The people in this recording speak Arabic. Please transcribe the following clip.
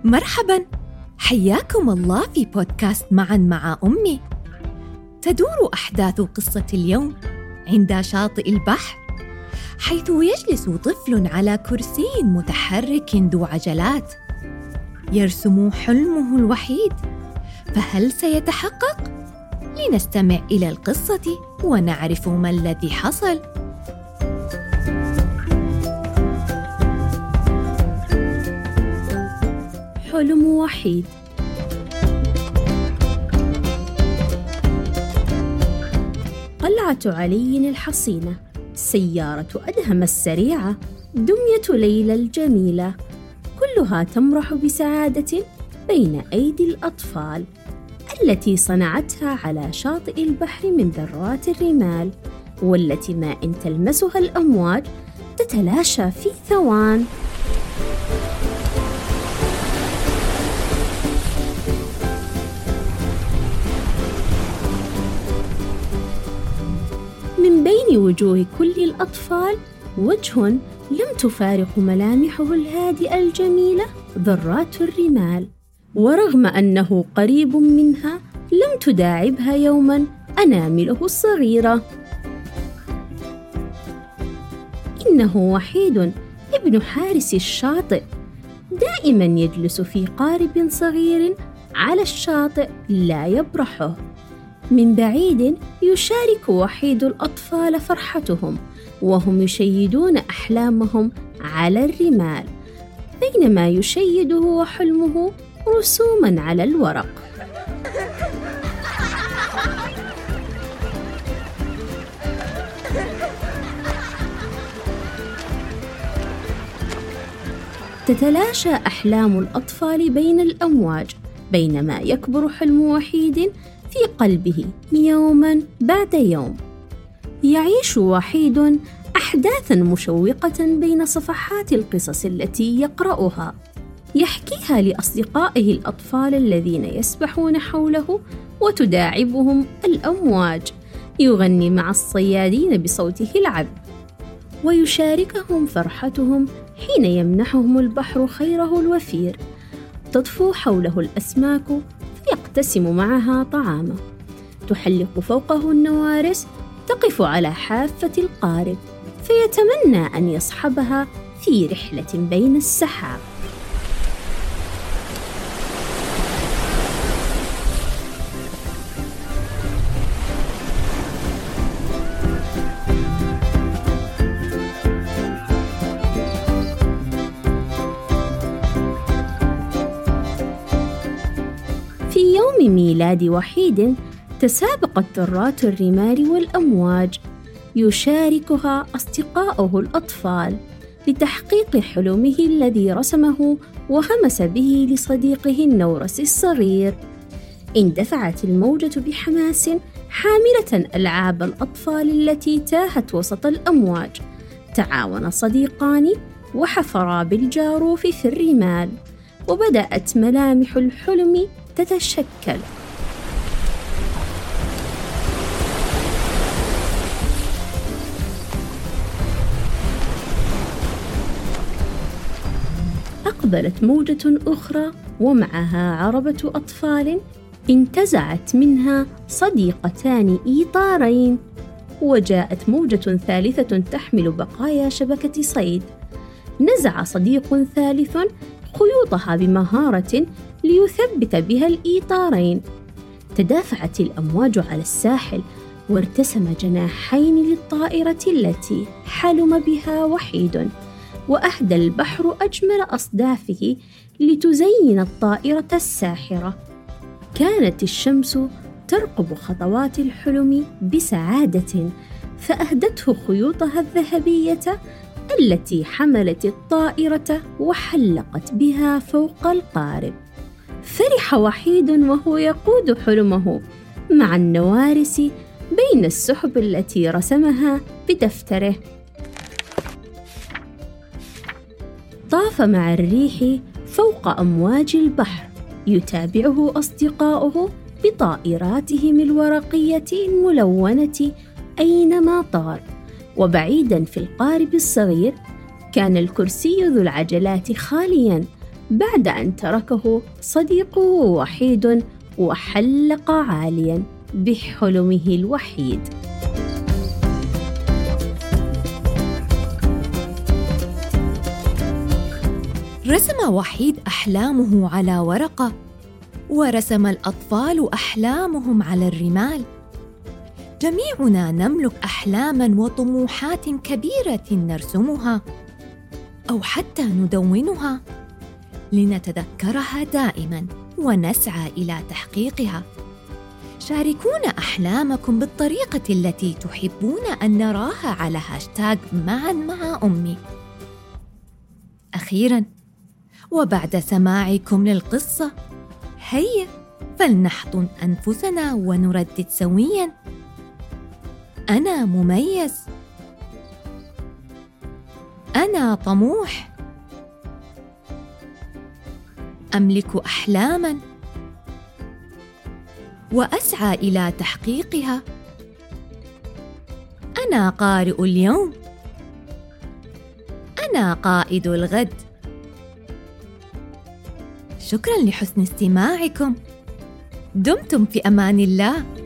مرحباً، حياكم الله في بودكاست معاً مع أمي. تدور أحداث قصة اليوم عند شاطئ البحر، حيث يجلس طفل على كرسي متحرك ذو عجلات يرسم حلمه الوحيد، فهل سيتحقق؟ لنستمع إلى القصة ونعرف ما الذي حصل. حلم وحيد. قلعة علي الحصينة، سيارة أدهم السريعة، دمية ليلى الجميلة، كلها تمرح بسعادة بين أيدي الأطفال التي صنعتها على شاطئ البحر من ذرات الرمال، والتي ما إن تلمسها الأمواج تتلاشى في ثوان. من بين وجوه كل الأطفال وجه لم تفارق ملامحه الهادئة الجميلة ذرات الرمال، ورغم أنه قريب منها لم تداعبها يوماً أنامله الصغيرة. إنه وحيد ابن حارس الشاطئ، دائماً يجلس في قارب صغير على الشاطئ لا يبرحه. من بعيد يشارك وحيد الأطفال فرحتهم وهم يشيدون أحلامهم على الرمال، بينما يشيد هو حلمه رسوماً على الورق. تتلاشى أحلام الأطفال بين الأمواج، بينما يكبر حلم وحيد في قلبه يوماً بعد يوم. يعيش وحيد أحداثاً مشوقة بين صفحات القصص التي يقرأها، يحكيها لأصدقائه الأطفال الذين يسبحون حوله وتداعبهم الأمواج، يغني مع الصيادين بصوته العذب، ويشاركهم فرحتهم حين يمنحهم البحر خيره الوفير. تطفو حوله الأسماك فيقتسم معها طعامه، تحلق فوقه النوارس، تقف على حافة القارب فيتمنى أن يصحبها في رحلة بين السحاب. في يوم ميلاد وحيد تسابقت ذرات الرمال والأمواج، يشاركها أصدقاؤه الأطفال لتحقيق حلمه الذي رسمه وهمس به لصديقه النورس الصغير. اندفعت الموجة بحماس حاملة ألعاب الأطفال التي تاهت وسط الأمواج. تعاون صديقان وحفرا بالجاروف في الرمال، وبدأت ملامح الحلم تتشكل. أقبلت موجة أخرى ومعها عربة أطفال، انتزعت منها صديقتان إيطارين، وجاءت موجة ثالثة تحمل بقايا شبكة صيد. نزع صديق ثالث خيوطها بمهارة ليثبت بها الإيطارين. تدافعت الأمواج على الساحل، وارتسم جناحين للطائرة التي حلم بها وحيد، وأهدى البحر أجمل أصدافه لتزين الطائرة الساحرة. كانت الشمس ترقب خطوات الحلم بسعادة، فأهدته خيوطها الذهبية التي حملت الطائرة وحلقت بها فوق القارب. فرح وحيد وهو يقود حلمه مع النوارس بين السحب التي رسمها بدفتره. طاف مع الريح فوق أمواج البحر، يتابعه أصدقاؤه بطائراتهم الورقية الملونة أينما طار. وبعيداً في القارب الصغير كان الكرسي ذو العجلات خالياً، بعد أن تركه صديقه وحيد وحلق عالياً بحلمه الوحيد. رسم وحيد أحلامه على ورقة، ورسم الأطفال أحلامهم على الرمال. جميعنا نملك أحلاماً وطموحات كبيرة نرسمها أو حتى ندونها لنتذكرها دائماً ونسعى إلى تحقيقها. شاركونا أحلامكم بالطريقة التي تحبون أن نراها على هاشتاغ معاً مع أمي. أخيراً، وبعد سماعكم للقصة، هيا فلنحضن أنفسنا ونردد سوياً: أنا مميز، أنا طموح، أملك أحلاماً وأسعى إلى تحقيقها. أنا قارئ اليوم، أنا قائد الغد. شكراً لحسن استماعكم. دمتم في أمان الله.